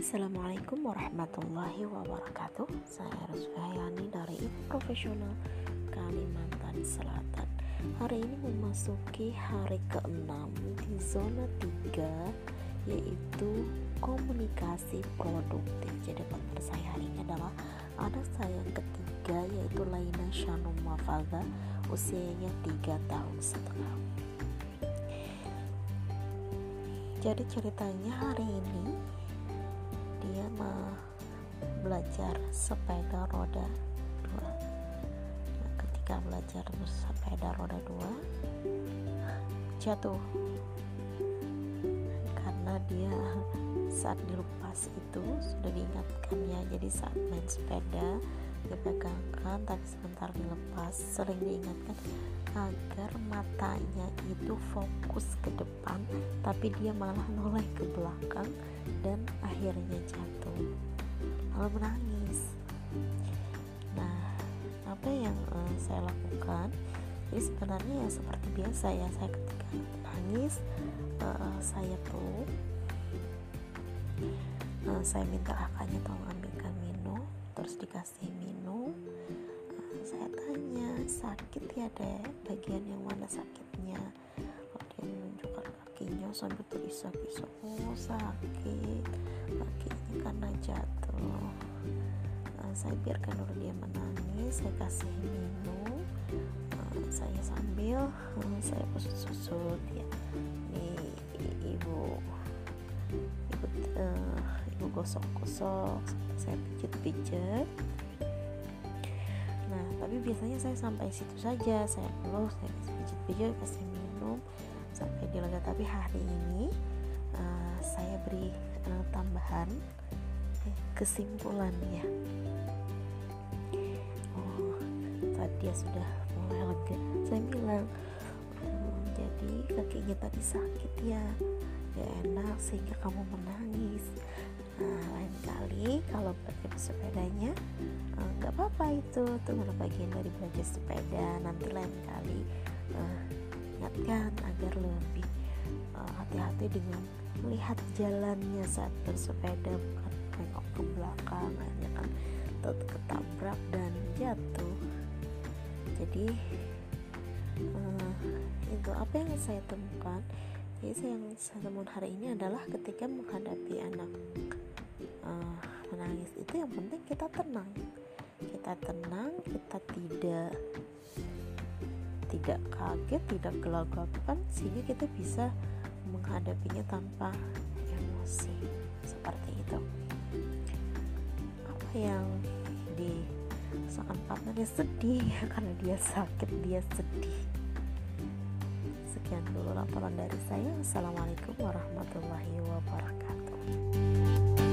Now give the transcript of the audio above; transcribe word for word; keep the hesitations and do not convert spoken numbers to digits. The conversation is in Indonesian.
Assalamualaikum warahmatullahi wabarakatuh. Saya Rusfayani dari Ibu Profesional Kalimantan Selatan. Hari ini memasuki hari keenam di zona tiga, yaitu komunikasi produktif. Jadi partner saya hari ini adalah anak saya yang ketiga, yaitu Laina Shanum Mafalda, usianya tiga tahun setengah. Jadi ceritanya hari ini dia mau belajar sepeda roda dua. Nah, ketika belajar sepeda roda dua jatuh karena dia saat dilepas itu sudah diingatkan ya. Jadi saat main sepeda dipegangkan tapi sebentar dilepas, sering diingatkan agar matanya itu fokus ke depan, tapi dia malah noleh ke belakang dan akhirnya jatuh lalu menangis. Nah, apa yang uh, saya lakukan? Jadi sebenarnya ya seperti biasa ya, saya ketika menangis uh, saya peluk, uh, saya minta kakaknya tolong ambilkan minum, terus dikasih minum. uh, saya tanya, sakit ya dek, bagian yang mana sakitnya? Lalu dia menunjukkan kakinya sambil terisak-isak, oh sakit kakinya karena jatuh. uh, saya biarkan dulu dia menangis, saya kasih minum, uh, saya sambil uh, saya pusut-susut ya, nih ibu ibu uh, ibu gosok-gosok, saya pijit-pijit. Nah, tapi biasanya saya sampai situ saja, saya peluk, saya kasih pijit-pijit, kasih minum sampai dia lega. Tapi hari ini uh, saya beri uh, tambahan eh, kesimpulan ya. Oh, saat dia sudah mulai lega, saya bilang, hmm, jadi kakinya tadi sakit ya, gak enak sehingga kamu menangis. Nah, lain kali kalau pakai sepedanya nggak uh, apa-apa, itu itu bagian dari belajar sepeda. Nanti lain kali uh, ingatkan agar lebih uh, hati-hati dengan melihat jalannya saat bersepeda, bukan nengok ke belakang hanya kan ketabrak dan jatuh. Jadi uh, itu apa yang saya temukan. Jadi saya yang saya temukan hari ini adalah ketika menghadapi anak uh, menangis itu yang penting kita tenang, kita tenang, kita tidak tidak kaget, tidak gelagapan, sehingga kita bisa menghadapinya tanpa emosi seperti itu. Apa yang dirasakan partnernya sedih ya, karena dia sakit, dia sedih. Sekian dulu laporan dari saya. Assalamualaikum warahmatullahi wabarakatuh.